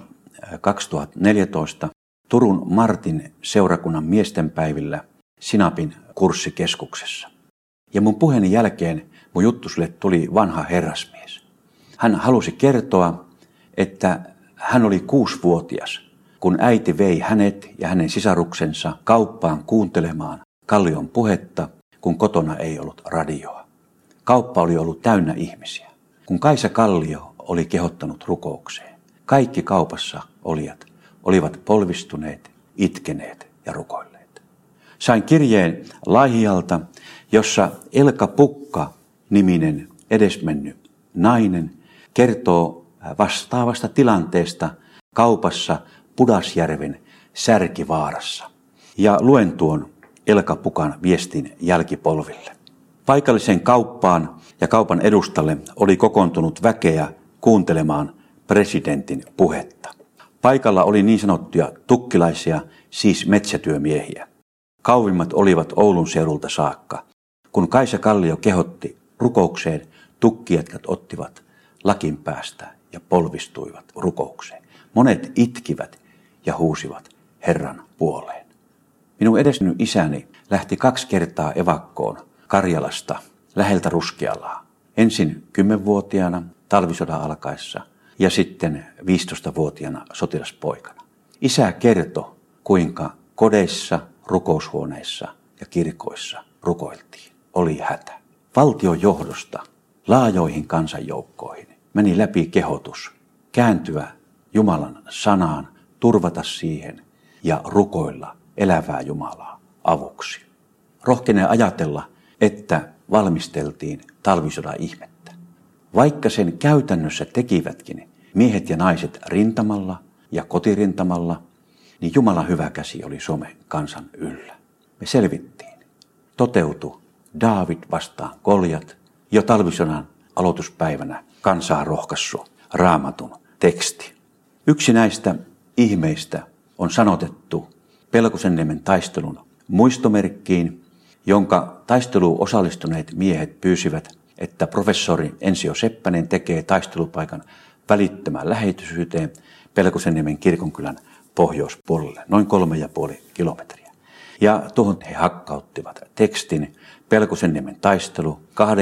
2014 Turun Martin seurakunnan miestenpäivillä Sinapin kurssikeskuksessa. Ja mun puheeni jälkeen mun juttusille tuli vanha herrasmies. Hän halusi kertoa, että hän oli 6-vuotias, kun äiti vei hänet ja hänen sisaruksensa kauppaan kuuntelemaan Kallion puhetta, kun kotona ei ollut radioa. Kauppa oli ollut täynnä ihmisiä. Kun Kaisa Kallio oli kehottanut rukoukseen, kaikki kaupassa olijat olivat polvistuneet, itkeneet ja rukoilleet. Sain kirjeen Laihialta, jossa Elka Pukka-niminen edesmennyt nainen kertoo vastaavasta tilanteesta kaupassa Pudasjärven Särkivaarassa. Ja luen tuon Elka Pukan viestin jälkipolville. Paikalliseen kauppaan ja kaupan edustalle oli kokoontunut väkeä kuuntelemaan presidentin puhetta. Paikalla oli niin sanottuja tukkilaisia, siis metsätyömiehiä. Kauvimmat olivat Oulun seudulta saakka. Kun Kaisa Kallio kehotti rukoukseen, tukkijätkät ottivat lakin päästä ja polvistuivat rukoukseen. Monet itkivät ja huusivat Herran puoleen. Minun edesmennyt isäni lähti 2 kertaa evakkoon Karjalasta läheltä Ruskealaa. Ensin 10-vuotiaana talvisodan alkaessa ja sitten 15-vuotiaana sotilaspoikana. Isä kertoi, kuinka kodeissa, rukoushuoneissa ja kirkoissa rukoiltiin. Oli hätä. Valtion johdosta laajoihin kansanjoukkoihin meni läpi kehotus kääntyä Jumalan sanaan, turvata siihen ja rukoilla elävää Jumalaa avuksi. rohkenee ajatella, että valmisteltiin talvisodan ihmettä. Vaikka sen käytännössä tekivätkin miehet ja naiset rintamalla ja kotirintamalla, niin Jumalan hyvä käsi oli Suomen kansan yllä. Me selvittiin. Toteutui Daavid vastaan Goljat. Jo talvisodan aloituspäivänä kansaa rohkaissut Raamatun teksti. Yksi näistä ihmeistä on sanotettu Pelkosenniemen taistelun muistomerkkiin, jonka taisteluun osallistuneet miehet pyysivät, että professori Ensio Seppänen tekee taistelupaikan välittömään läheisyyteen Pelkosenniemen kirkonkylän pohjoispuolelle, noin 3,5 kilometriä. Ja tuohon he hakkauttivat tekstin Pelkosenniemen taistelu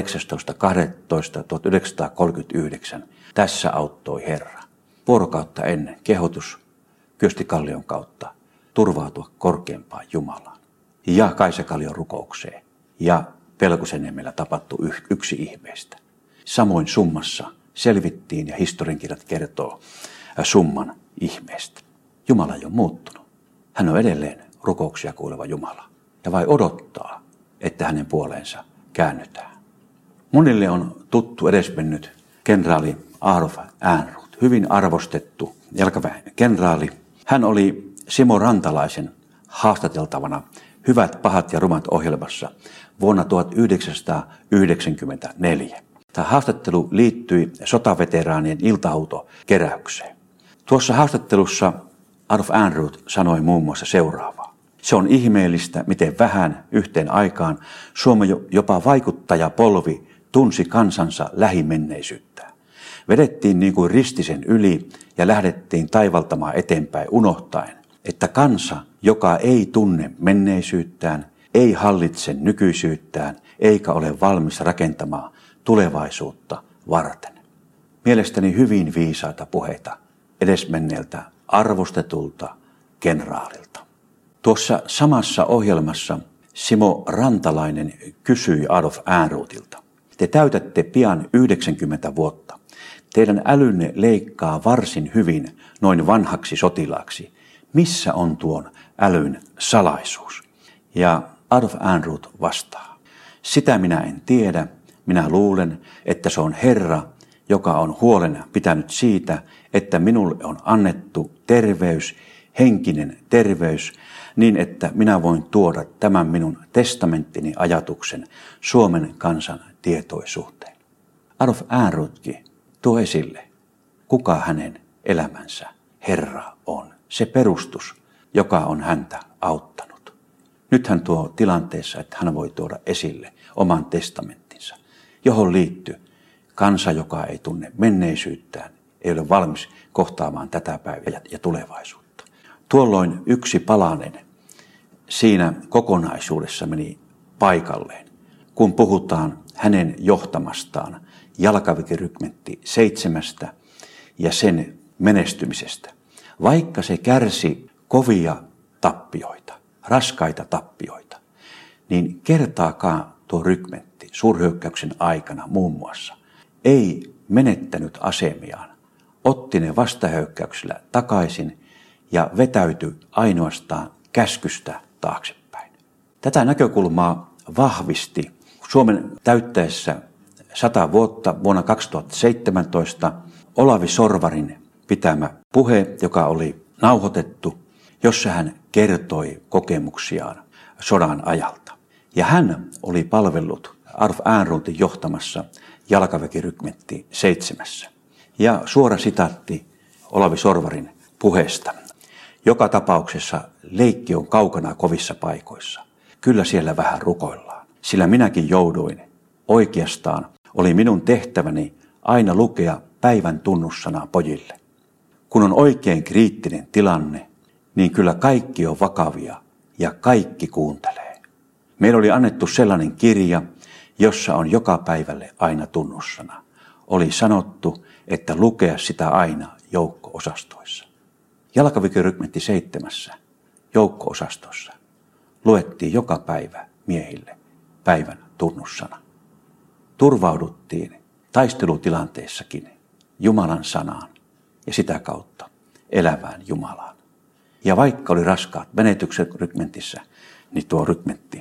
18.12.1939. Tässä auttoi Herra. Vuorokautta ennen kehotus Kyösti Kallion kautta turvautua korkeampaan Jumalaan. Ja Kaisa Kallion rukoukseen. Ja Pelkosenniemellä tapahtui yksi ihmeistä. Samoin Summassa selvittiin ja historiankirjat kertoo Summan ihmeestä. Jumala ei ole muuttunut. Hän on edelleen rukouksia kuuleva Jumala. Ja vai odottaa, että hänen puoleensa käännytään. Monille on tuttu edesmennyt kenraali Adolf Ehrnrooth, hyvin arvostettu jalkaväen kenraali. Hän oli Simo Rantalaisen haastateltavana Hyvät, pahat ja rumat -ohjelmassa vuonna 1994. Tämä haastattelu liittyi sotaveteraanien ilta-autokeräykseen. Tuossa haastattelussa Adolf Ehrnrooth sanoi muun muassa seuraavaa. Se on ihmeellistä, miten vähän yhteen aikaan Suomen jopa vaikuttajapolvi tunsi kansansa lähimenneisyyttä. Vedettiin niin kuin ristisen yli ja lähdettiin taivaltamaan eteenpäin unohtaen, että kansa, joka ei tunne menneisyyttään, ei hallitse nykyisyyttään, eikä ole valmis rakentamaan tulevaisuutta varten. Mielestäni hyvin viisaita puheita edesmenneeltä arvostetulta kenraalilta. Tuossa samassa ohjelmassa Simo Rantalainen kysyi Adolf Ehrnroothilta: te täytätte pian 90 vuotta. Teidän älynne leikkaa varsin hyvin noin vanhaksi sotilaaksi. Missä on tuon älyn salaisuus? Ja Adolf Ehrnrooth vastaa: sitä minä en tiedä. Minä luulen, että se on Herra, joka on huolen pitänyt siitä, että minulle on annettu terveys, henkinen terveys, niin että minä voin tuoda tämän minun testamenttini ajatuksen Suomen kansan tietoisuuteen. Adolf Ehrnroothkin tuo esille, kuka hänen elämänsä Herra on. Se perustus, joka on häntä auttanut. Nyt hän tuo tilanteessa, että hän voi tuoda esille oman testamenttinsa, johon liittyy kansa, joka ei tunne menneisyyttään, ei ole valmis kohtaamaan tätä päivää ja tulevaisuutta. Tuolloin yksi palanen siinä kokonaisuudessa meni paikalleen, kun puhutaan hänen johtamastaan jalkaväkirykmentti 7 ja sen menestymisestä. Vaikka se kärsi kovia tappioita, raskaita tappioita, niin kertaakaan tuo rykmentti suurhyökkäyksen aikana muun muassa ei menettänyt asemiaan, otti ne vastahyökkäyksellä takaisin ja vetäytyi ainoastaan käskystä taaksepäin. Tätä näkökulmaa vahvisti Suomen täyttäessä 100 vuotta vuonna 2017 Olavi Sorvarin pitämä puhe, joka oli nauhoitettu, jossa hän kertoi kokemuksiaan sodan ajalta. Ja hän oli palvellut Adolf Ehrnroothin johtamassa jalkaväkirykmentti 7. Ja suora sitaatti Olavi Sorvarin puheesta. Joka tapauksessa leikki on kaukana kovissa paikoissa. Kyllä siellä vähän rukoillaan. Sillä minäkin jouduin. Oikeastaan oli minun tehtäväni aina lukea päivän tunnussanaa pojille. Kun on oikein kriittinen tilanne, niin kyllä kaikki on vakavia ja kaikki kuuntelee. Meillä oli annettu sellainen kirja, jossa on joka päivälle aina tunnussana. Oli sanottu, että lukea sitä aina joukko-osastoissa. Jalkaväkirykmentti 7 joukko-osastossa luettiin joka päivä miehille päivän tunnussana. Turvauduttiin taistelutilanteessakin Jumalan sanaan ja sitä kautta elävään Jumalaan. Ja vaikka oli raskaat menetykset rykmentissä, niin tuo rykmentti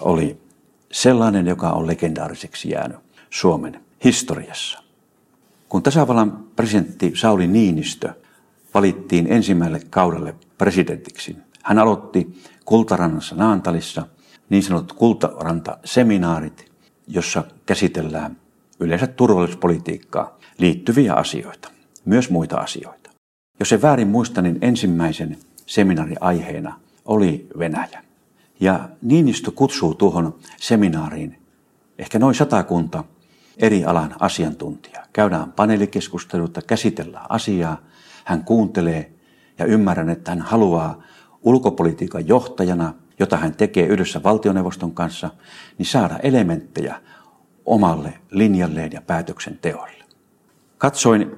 oli sellainen, joka on legendaariseksi jäänyt Suomen historiassa. Kun tasavallan presidentti Sauli Niinistö valittiin ensimmäiselle kaudelle presidentiksi, hän aloitti Kultarannassa Naantalissa niin sanotut Kultaranta-seminaarit, jossa käsitellään yleensä turvallisuuspolitiikkaan liittyviä asioita, myös muita asioita. Jos en väärin muista, niin ensimmäisen seminaarin aiheena oli Venäjä. Ja Niinistö kutsuu tuohon seminaariin ehkä noin 100 eri alan asiantuntijaa. Käydään paneelikeskusteluita, käsitellään asiaa, hän kuuntelee ja ymmärrän, että hän haluaa ulkopolitiikan johtajana, jota hän tekee yhdessä valtioneuvoston kanssa, niin saada elementtejä omalle linjalleen ja päätöksenteolle. Katsoin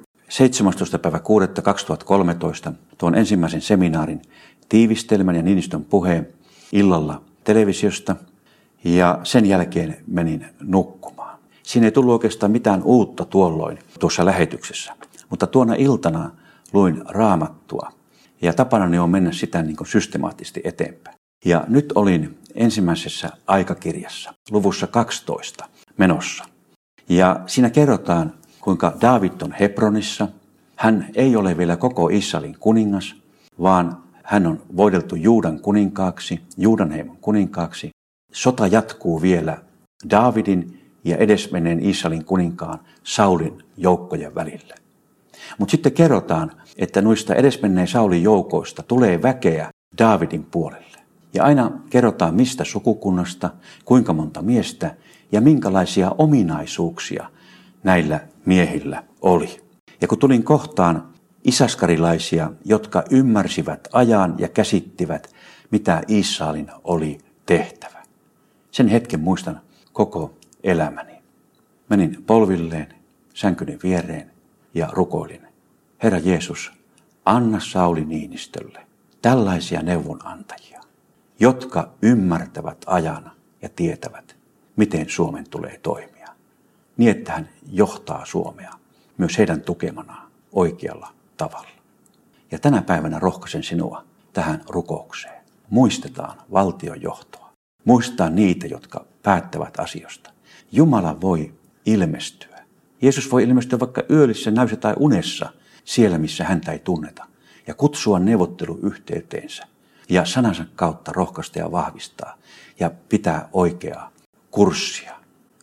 17.6.2013 tuon ensimmäisen seminaarin tiivistelmän ja Niinistön puheen illalla televisiosta ja sen jälkeen menin nukkumaan. Siinä ei tullut oikeastaan mitään uutta tuolloin tuossa lähetyksessä, mutta tuona iltana luin Raamattua ja tapanani on mennä sitä niin kuin systemaattisesti eteenpäin. Ja nyt olin ensimmäisessä aikakirjassa, luvussa 12 menossa. Ja siinä kerrotaan, kuinka Daavid on Hebronissa. Hän ei ole vielä koko Israelin kuningas, vaan hän on voideltu Juudan kuninkaaksi, Juudanheimon kuninkaaksi. Sota jatkuu vielä Daavidin ja edesmenneen Israelin kuninkaan Saulin joukkojen välillä. Mutta sitten kerrotaan, että noista edesmenneen Saulin joukoista tulee väkeä Daavidin puolelle. Ja aina kerrotaan mistä sukukunnasta, kuinka monta miestä ja minkälaisia ominaisuuksia näillä miehillä oli. Ja kun tulin kohtaan isaskarilaisia, jotka ymmärsivät ajan ja käsittivät, mitä Israelin oli tehtävä. Sen hetken muistan koko elämäni. Menin polvilleen, sänkyni viereen ja rukoilin. Herra Jeesus, anna Sauli Niinistölle tällaisia neuvonantajia, jotka ymmärtävät ajan ja tietävät, miten Suomen tulee toimia. Niin, että hän johtaa Suomea myös heidän tukemanaan oikealla tavalla. Ja tänä päivänä rohkaisen sinua tähän rukoukseen. Muistetaan valtionjohtoa. Muistetaan niitä, jotka päättävät asioista. Jumala voi ilmestyä. Jeesus voi ilmestyä vaikka yöllisessä näyssä tai unessa, siellä missä häntä ei tunneta. Ja kutsua neuvotteluyhteyteensä. Ja sanansa kautta rohkaista ja vahvistaa. Ja pitää oikeaa kurssia.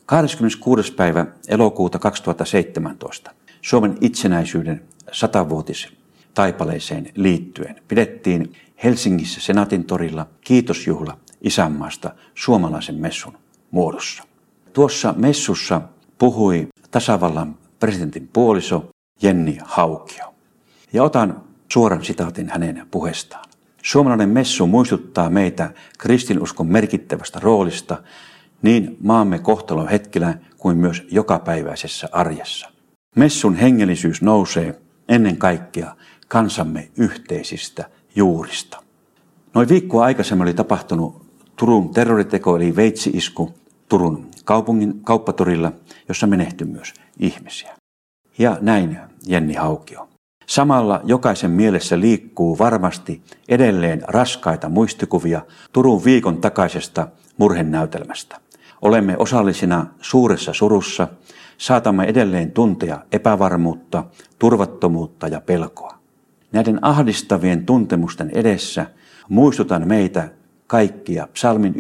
26. päivä elokuuta 2017 Suomen itsenäisyyden 100-vuotistaipaleeseen liittyen pidettiin Helsingissä Senaatintorilla kiitosjuhla isänmaasta suomalaisen messun muodossa. Tuossa messussa puhui tasavallan presidentin puoliso Jenni Haukio. Ja otan suoran sitaatin hänen puheestaan. Suomalainen messu muistuttaa meitä kristinuskon merkittävästä roolista niin maamme kohtalon hetkellä kuin myös jokapäiväisessä arjessa. Messun hengellisyys nousee ennen kaikkea kansamme yhteisistä juurista. Noin viikkoa aikaisemmin oli tapahtunut Turun terroriteko eli veitsi-isku Turun kaupungin kauppatorilla, jossa menehtyi myös ihmisiä. Ja näin Jenni Haukio. Samalla jokaisen mielessä liikkuu varmasti edelleen raskaita muistikuvia Turun viikon takaisesta murhenäytelmästä. Olemme osallisina suuressa surussa, saatamme edelleen tuntea epävarmuutta, turvattomuutta ja pelkoa. Näiden ahdistavien tuntemusten edessä muistutan meitä kaikkia psalmin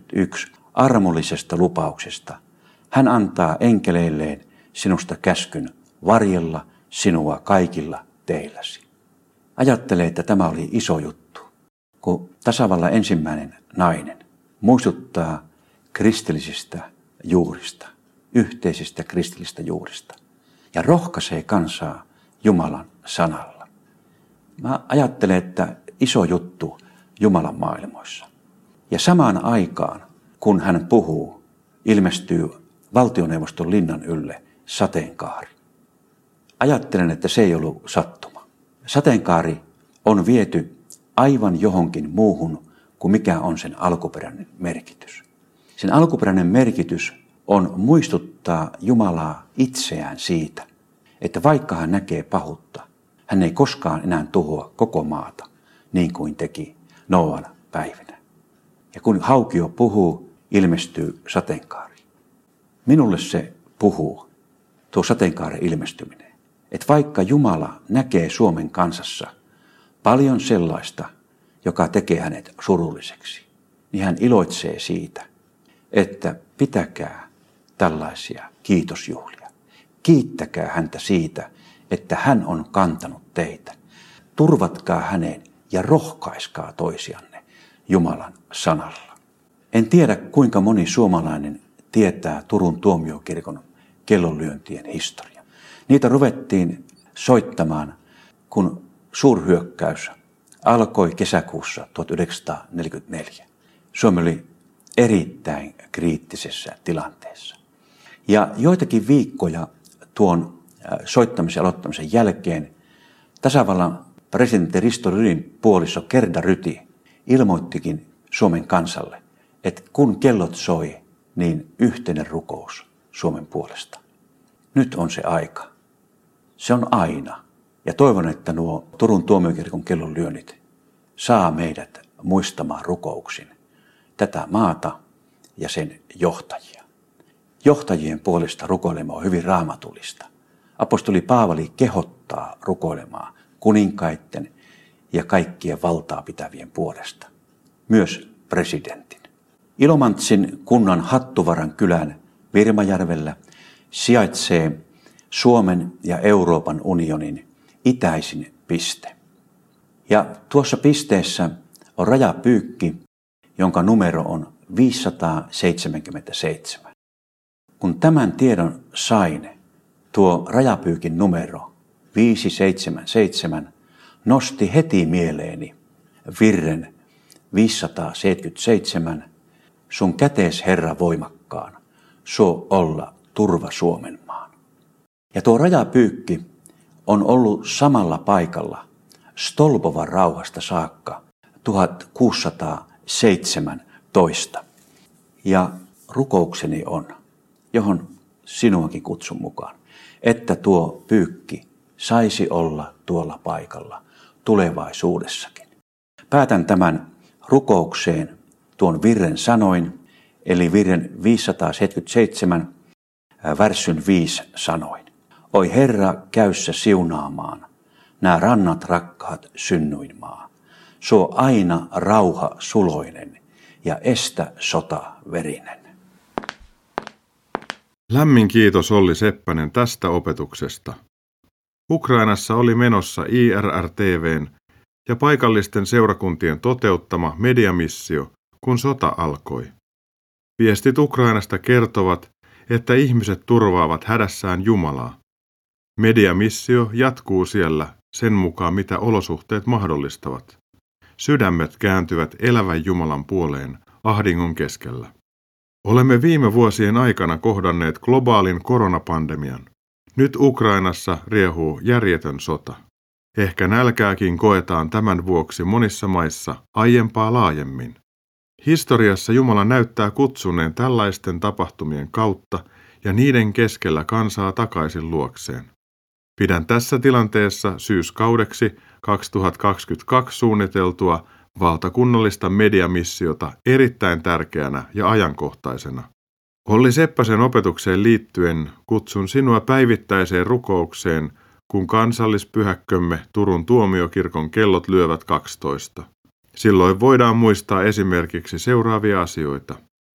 91 armollisesta lupauksesta. Hän antaa enkeleilleen sinusta käskyn varjella sinua kaikilla teilläsi. Ajattele, että tämä oli iso juttu, kun tasavallan ensimmäinen nainen muistuttaa kristillisistä juurista, yhteisistä kristillisistä juurista ja rohkaisee kansaa Jumalan sanalla. Mä ajattelen, että iso juttu Jumalan maailmoissa. Ja samaan aikaan, kun hän puhuu, ilmestyy valtioneuvoston linnan ylle sateenkaari. Ajattelen, että se ei ollut sattuma. Sateenkaari on viety aivan johonkin muuhun kuin mikä on sen alkuperäinen merkitys. Sen alkuperäinen merkitys on muistuttaa Jumalaa itseään siitä, että vaikka hän näkee pahuutta, hän ei koskaan enää tuhoa koko maata, niin kuin teki Nooan päivinä. Ja kun Haukio puhuu ilmestyy sateenkaari. Minulle se puhuu, tuo sateenkaaren ilmestyminen, että vaikka Jumala näkee Suomen kansassa paljon sellaista, joka tekee hänet surulliseksi, niin hän iloitsee siitä, että pitäkää tällaisia kiitosjuhlia. Kiittäkää häntä siitä, että hän on kantanut teitä. Turvatkaa häneen ja rohkaiskaa toisianne Jumalan sanalla. En tiedä, kuinka moni suomalainen tietää Turun tuomiokirkon kellonlyöntien historia. Niitä ruvettiin soittamaan, kun suurhyökkäys alkoi kesäkuussa 1944. Suomi oli erittäin kriittisessä tilanteessa. Ja joitakin viikkoja tuon soittamisen aloittamisen jälkeen tasavallan presidentti Risto Rydin puoliso Gerda Ryti ilmoittikin Suomen kansalle, että kun kellot soi, niin yhteinen rukous Suomen puolesta. Nyt on se aika. Se on aina. Ja toivon, että nuo Turun tuomiokirkon kellonlyönnit saa meidät muistamaan rukouksin tätä maata ja sen johtajia. Johtajien puolesta rukoilema on hyvin raamatullista. Apostoli Paavali kehottaa rukoilemaan kuninkaitten ja kaikkien valtaa pitävien puolesta. Myös presidentin. Ilomantsin kunnan Hattuvaran kylän Virmajärvellä sijaitsee Suomen ja Euroopan unionin itäisin piste. Ja tuossa pisteessä on rajapyykki, jonka numero on 577. Kun tämän tiedon sain, tuo rajapyykin numero 577 nosti heti mieleeni virren 577, sun kätees Herra voimakkaan, suo olla turva Suomen maan. Ja tuo rajapyykki on ollut samalla paikalla Stolbovan rauhasta saakka 1617. Ja rukoukseni on, johon sinuakin kutsun mukaan, että tuo pyykki saisi olla tuolla paikalla tulevaisuudessakin. Päätän tämän rukoukseen tuon virren sanoin, eli virren 577, värssyn 5 sanoin. Oi Herra, käyssä siunaamaan, nää rannat rakkaat synnyinmaa. Suo aina rauha suloinen ja estä sota verinen. Lämmin kiitos Olli Seppänen tästä opetuksesta. Ukrainassa oli menossa IRR-TV:n ja paikallisten seurakuntien toteuttama mediamissio, kun sota alkoi. Viestit Ukrainasta kertovat, että ihmiset turvaavat hädässään Jumalaa. Mediamissio jatkuu siellä sen mukaan, mitä olosuhteet mahdollistavat. Sydämet kääntyvät elävän Jumalan puoleen ahdingon keskellä. Olemme viime vuosien aikana kohdanneet globaalin koronapandemian. Nyt Ukrainassa riehuu järjetön sota. Ehkä nälkääkin koetaan tämän vuoksi monissa maissa aiempaa laajemmin. Historiassa Jumala näyttää kutsuneen tällaisten tapahtumien kautta ja niiden keskellä kansaa takaisin luokseen. Pidän tässä tilanteessa syyskaudeksi 2022 suunniteltua valtakunnallista mediamissiota erittäin tärkeänä ja ajankohtaisena. Olli Seppäsen opetukseen liittyen kutsun sinua päivittäiseen rukoukseen, kun kansallispyhäkkömme Turun tuomiokirkon kellot lyövät 12. Silloin voidaan muistaa esimerkiksi seuraavia asioita.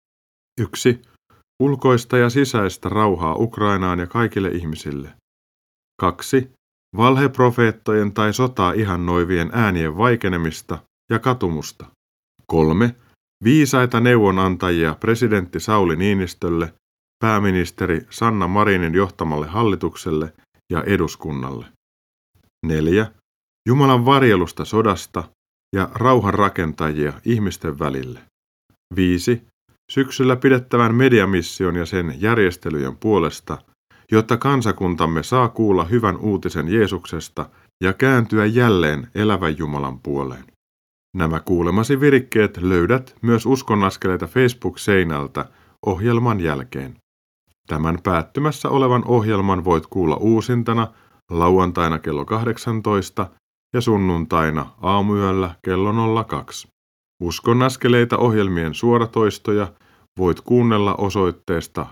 1. Ulkoista ja sisäistä rauhaa Ukrainaan ja kaikille ihmisille. 2. Valheprofeettojen tai sotaa ihannoivien äänien vaikenemista ja katumusta. 3. Viisaita neuvonantajia presidentti Sauli Niinistölle, pääministeri Sanna Marinin johtamalle hallitukselle ja eduskunnalle. 4. Jumalan varjelusta sodasta ja rauhan rakentajia ihmisten välille. 5. Syksyllä pidettävän mediamission ja sen järjestelyjen puolesta, jotta kansakuntamme saa kuulla hyvän uutisen Jeesuksesta ja kääntyä jälleen elävän Jumalan puoleen. Nämä kuulemasi virikkeet löydät myös Uskon askeleita Facebook-seinältä ohjelman jälkeen. Tämän päättymässä olevan ohjelman voit kuulla uusintana lauantaina kello 18 ja sunnuntaina aamuyöllä kello 02. Uskon askeleita ohjelmien suoratoistoja voit kuunnella osoitteesta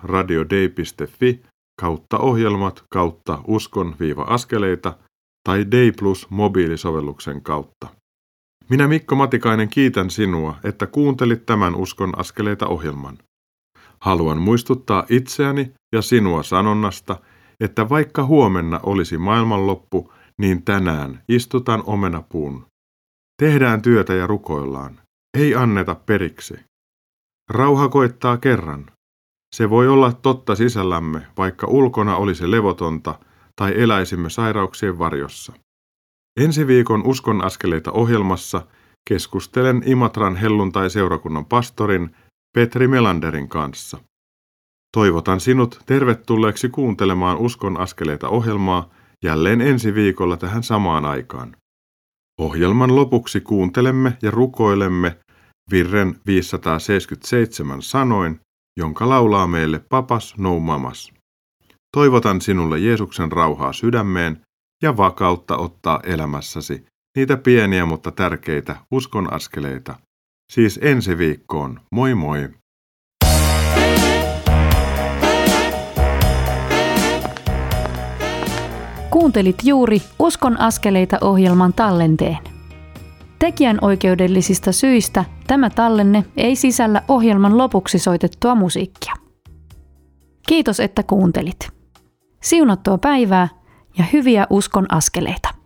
radiodei.fi/ohjelmat/uskon-askeleita tai Dei Plus mobiilisovelluksen kautta. Minä Mikko Matikainen kiitän sinua, että kuuntelit tämän Uskon askeleita -ohjelman. Haluan muistuttaa itseäni ja sinua sanonnasta, että vaikka huomenna olisi maailmanloppu, niin tänään istutaan omenapuun. Tehdään työtä ja rukoillaan. Ei anneta periksi. Rauha koittaa kerran. Se voi olla totta sisällämme, vaikka ulkona olisi levotonta tai eläisimme sairauksien varjossa. Ensi viikon Uskon askeleita -ohjelmassa keskustelen Imatran helluntai-seurakunnan pastorin Petri Melanderin kanssa. Toivotan sinut tervetulleeksi kuuntelemaan Uskon askeleita -ohjelmaa jälleen ensi viikolla tähän samaan aikaan. Ohjelman lopuksi kuuntelemme ja rukoilemme virren 577 sanoin, jonka laulaa meille Papas No Mamas. Toivotan sinulle Jeesuksen rauhaa sydämeen ja vakautta ottaa elämässäsi niitä pieniä, mutta tärkeitä uskon askeleita. Siis ensi viikkoon. Moi moi! Kuuntelit juuri Uskon askeleita -ohjelman tallenteen. Tekijän oikeudellisista syistä tämä tallenne ei sisällä ohjelman lopuksi soitettua musiikkia. Kiitos, että kuuntelit. Siunattua päivää ja hyviä uskon askeleita.